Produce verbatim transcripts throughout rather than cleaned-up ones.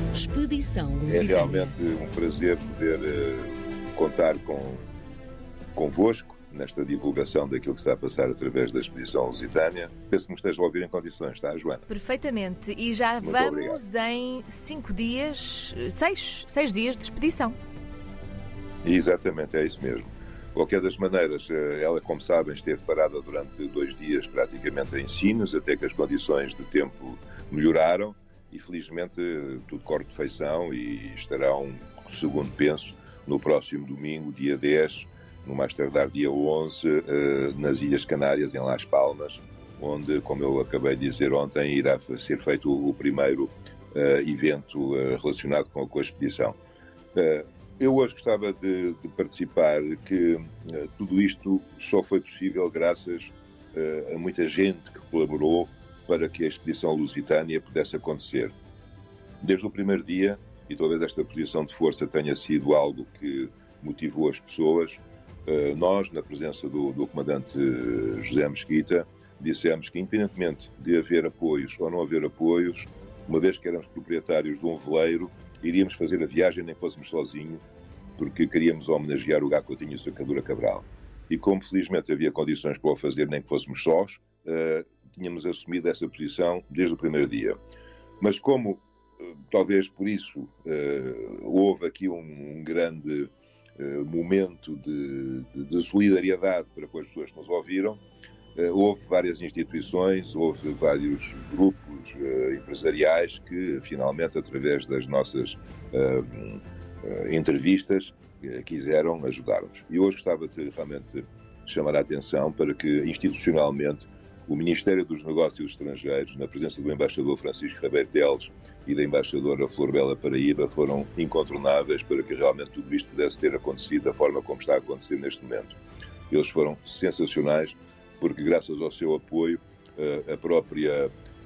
Expedição É Lusitânia. realmente um prazer poder uh, contar com, convosco nesta divulgação daquilo que está a passar através da Expedição Lusitânia. Penso que me esteja a ouvir em condições, está, Joana? Perfeitamente. E já Muito vamos obrigado. em cinco dias, seis, seis dias de expedição. Exatamente, é isso mesmo. De qualquer das maneiras, ela, como sabem, esteve parada durante dois dias praticamente em Sines, até que as condições de tempo melhoraram e felizmente tudo corre de feição e estarão, segundo penso, no próximo domingo, dia dez, no mais tardar dia onze, nas Ilhas Canárias, em Las Palmas, onde, como eu acabei de dizer ontem, irá ser feito o primeiro evento relacionado com a expedição. Eu hoje gostava de, de participar, que uh, tudo isto só foi possível graças uh, a muita gente que colaborou para que a Expedição Lusitânia pudesse acontecer. Desde o primeiro dia, e talvez esta posição de força tenha sido algo que motivou as pessoas, uh, nós, na presença do, do comandante José Mesquita, dissemos que, independentemente de haver apoios ou não haver apoios, uma vez que éramos proprietários de um veleiro, iríamos fazer a viagem nem fôssemos sozinhos, porque queríamos homenagear o Gá Coutinho e o seu Sacadura Cabral. E como felizmente havia condições para o fazer nem que fôssemos sós, uh, tínhamos assumido essa posição desde o primeiro dia. Mas como, uh, talvez por isso, uh, houve aqui um, um grande uh, momento de, de, de solidariedade para com as pessoas que nos ouviram, uh, houve várias instituições, houve vários grupos uh, empresariais que, finalmente, através das nossas uh, uh, entrevistas, uh, quiseram ajudar-nos. E hoje gostava de realmente chamar a atenção para que, institucionalmente, o Ministério dos Negócios Estrangeiros, na presença do embaixador Francisco Ribeiro Teles e da embaixadora Flor Bela Paraíba, foram incontornáveis para que realmente tudo isto pudesse ter acontecido da forma como está a acontecer neste momento. Eles foram sensacionais, porque graças ao seu apoio, a própria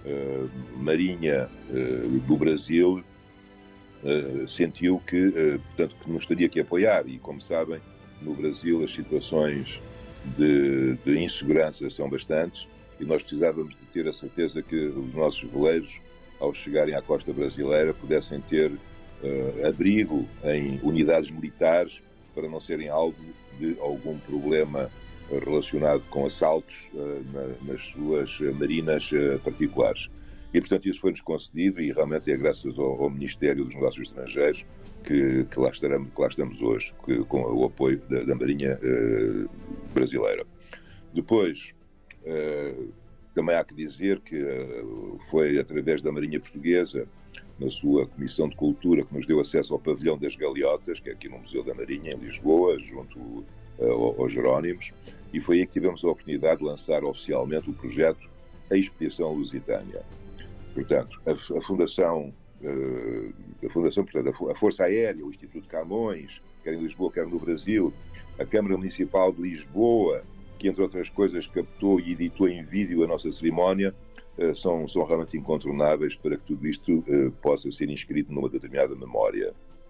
Marinha do Brasil sentiu que, portanto, que nos teria que apoiar. E, como sabem, no Brasil as situações de, de insegurança são bastantes e nós precisávamos de ter a certeza que os nossos veleiros, ao chegarem à costa brasileira, pudessem ter uh, abrigo em unidades militares para não serem alvo de algum problema relacionado com assaltos uh, na, nas suas marinas uh, particulares. E, portanto, isso foi-nos concedido e realmente é graças ao, ao Ministério dos Negócios Estrangeiros que, que, lá, estaremos, que lá estamos hoje, que, com o apoio da, da Marinha uh, brasileira. Depois, uh, também há que dizer que uh, foi através da Marinha Portuguesa, na sua Comissão de Cultura, que nos deu acesso ao Pavilhão das Galeotas, que é aqui no Museu da Marinha, em Lisboa, junto uh, aos Jerónimos, e foi aí que tivemos a oportunidade de lançar oficialmente o projeto A Expedição Lusitânia. Portanto, a, a Fundação, uh, a, Fundação portanto, a Força Aérea, o Instituto Camões, quer em Lisboa, quer no Brasil, a Câmara Municipal de Lisboa, que, entre outras coisas, captou e editou em vídeo a nossa cerimónia, uh, são, são realmente incontornáveis para que tudo isto uh, possa ser inscrito numa determinada memória.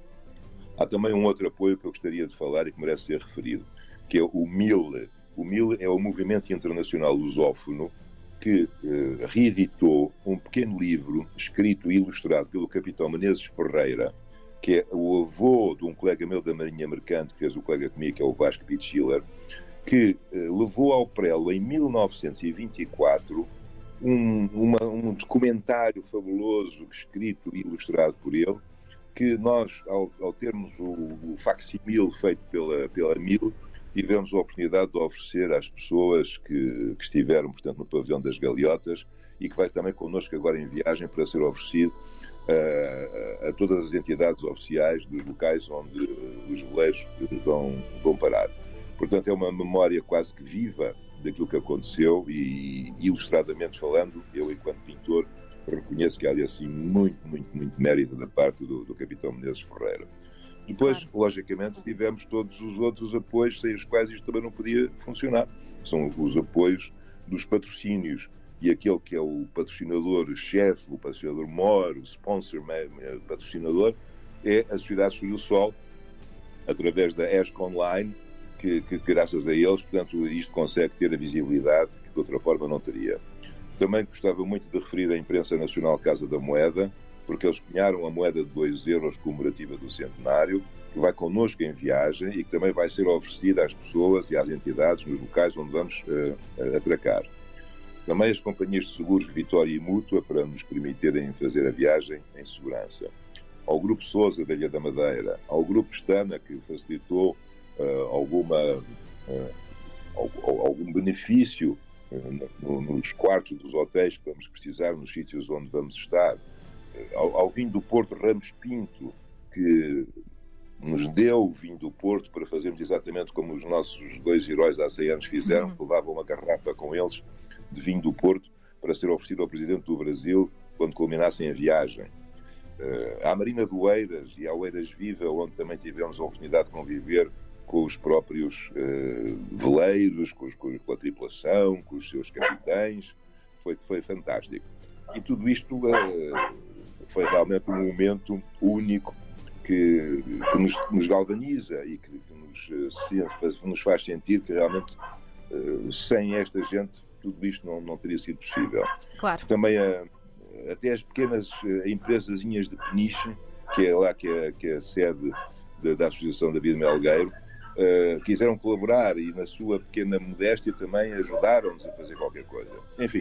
Há também um outro apoio que eu gostaria de falar e que merece ser referido, que é o M I L. O M I L é o Movimento Internacional Lusófono, que eh, reeditou um pequeno livro escrito e ilustrado pelo capitão Menezes Ferreira, que é o avô de um colega meu da Marinha Mercante, que fez o colega comigo, que é o Vasco Pitschiller, que eh, levou ao prelo em mil novecentos e vinte e quatro um, uma, um documentário fabuloso escrito e ilustrado por ele, que nós, ao, ao termos o, o facsímil feito pela, pela M I L, tivemos a oportunidade de oferecer às pessoas que, que estiveram, portanto, no Pavilhão das Galeotas e que vai também connosco agora em viagem para ser oferecido uh, a todas as entidades oficiais dos locais onde uh, os veleiros vão, vão parar. Portanto, é uma memória quase que viva daquilo que aconteceu e, ilustradamente falando, eu, enquanto pintor, reconheço que há assim muito, muito, muito mérito da parte do, do capitão Menezes Ferreira. Depois, claro, logicamente, tivemos todos os outros apoios sem os quais isto também não podia funcionar. São os apoios dos patrocínios. E aquele que é o patrocinador-chefe, o patrocinador-mor, o sponsor patrocinador, é a Sociedade Sul do Sol, através da E S C Online, que, que graças a eles, portanto, isto consegue ter a visibilidade que de outra forma não teria. Também gostava muito de referir a Imprensa Nacional Casa da Moeda, porque eles cunharam a moeda de dois euros comemorativa do centenário, que vai connosco em viagem e que também vai ser oferecida às pessoas e às entidades nos locais onde vamos uh, atracar. Também as companhias de seguros Vitória e Mútua para nos permitirem fazer a viagem em segurança. Ao Grupo Sousa da Ilha da Madeira, ao Grupo Estana, que facilitou uh, alguma, uh, algum benefício uh, nos quartos dos hotéis que vamos precisar, nos sítios onde vamos estar. Uh, ao, ao vinho do Porto Ramos Pinto, que nos deu o vinho do Porto para fazermos exatamente como os nossos dois heróis há cem anos fizeram, que levavam uma garrafa com eles de vinho do Porto para ser oferecido ao Presidente do Brasil quando culminassem a viagem. Uh, à Marina do Oeiras e à Oeiras Viva, onde também tivemos a oportunidade de conviver com os próprios uh, veleiros, com, os, com a tripulação, com os seus capitães, foi, foi fantástico. E tudo isto uh, foi realmente um momento único que, que nos, nos galvaniza e que, que nos, se, nos faz sentir que realmente uh, sem esta gente tudo isto não, não teria sido possível. Claro. Também a, até as pequenas empresazinhas de Peniche, que é lá que é, que é a sede de, da Associação David Melgueiro, uh, quiseram colaborar e na sua pequena modéstia também ajudaram-nos a fazer qualquer coisa. Enfim,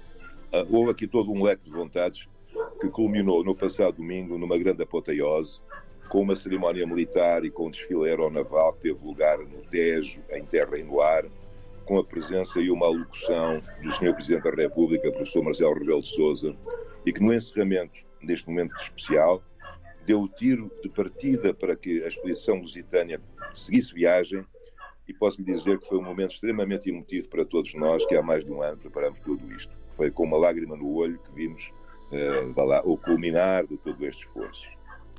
uh, houve aqui todo um leque de vontades que culminou no passado domingo numa grande apoteose, com uma cerimónia militar e com um desfile aeronaval que teve lugar no Tejo, em terra e no ar, com a presença e uma alocução do senhor Presidente da República, professor Marcelo Rebelo de Sousa, e que no encerramento, neste momento especial, deu o tiro de partida para que a expedição lusitânia seguisse viagem, e posso lhe dizer que foi um momento extremamente emotivo para todos nós, que há mais de um ano preparamos tudo isto. Foi com uma lágrima no olho que vimos uh, lá, o culminar de todo este esforço.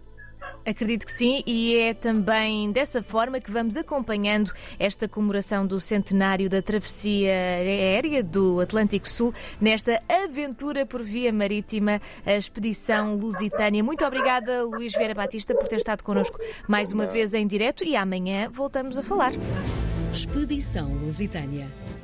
Acredito que sim, e é também dessa forma que vamos acompanhando esta comemoração do centenário da travessia aérea do Atlântico Sul nesta aventura por via marítima, a expedição lusitânia. Muito obrigada, Luís Vieira Batista, por ter estado connosco mais uma vez em direto, e amanhã voltamos a falar. Expedição Lusitânia.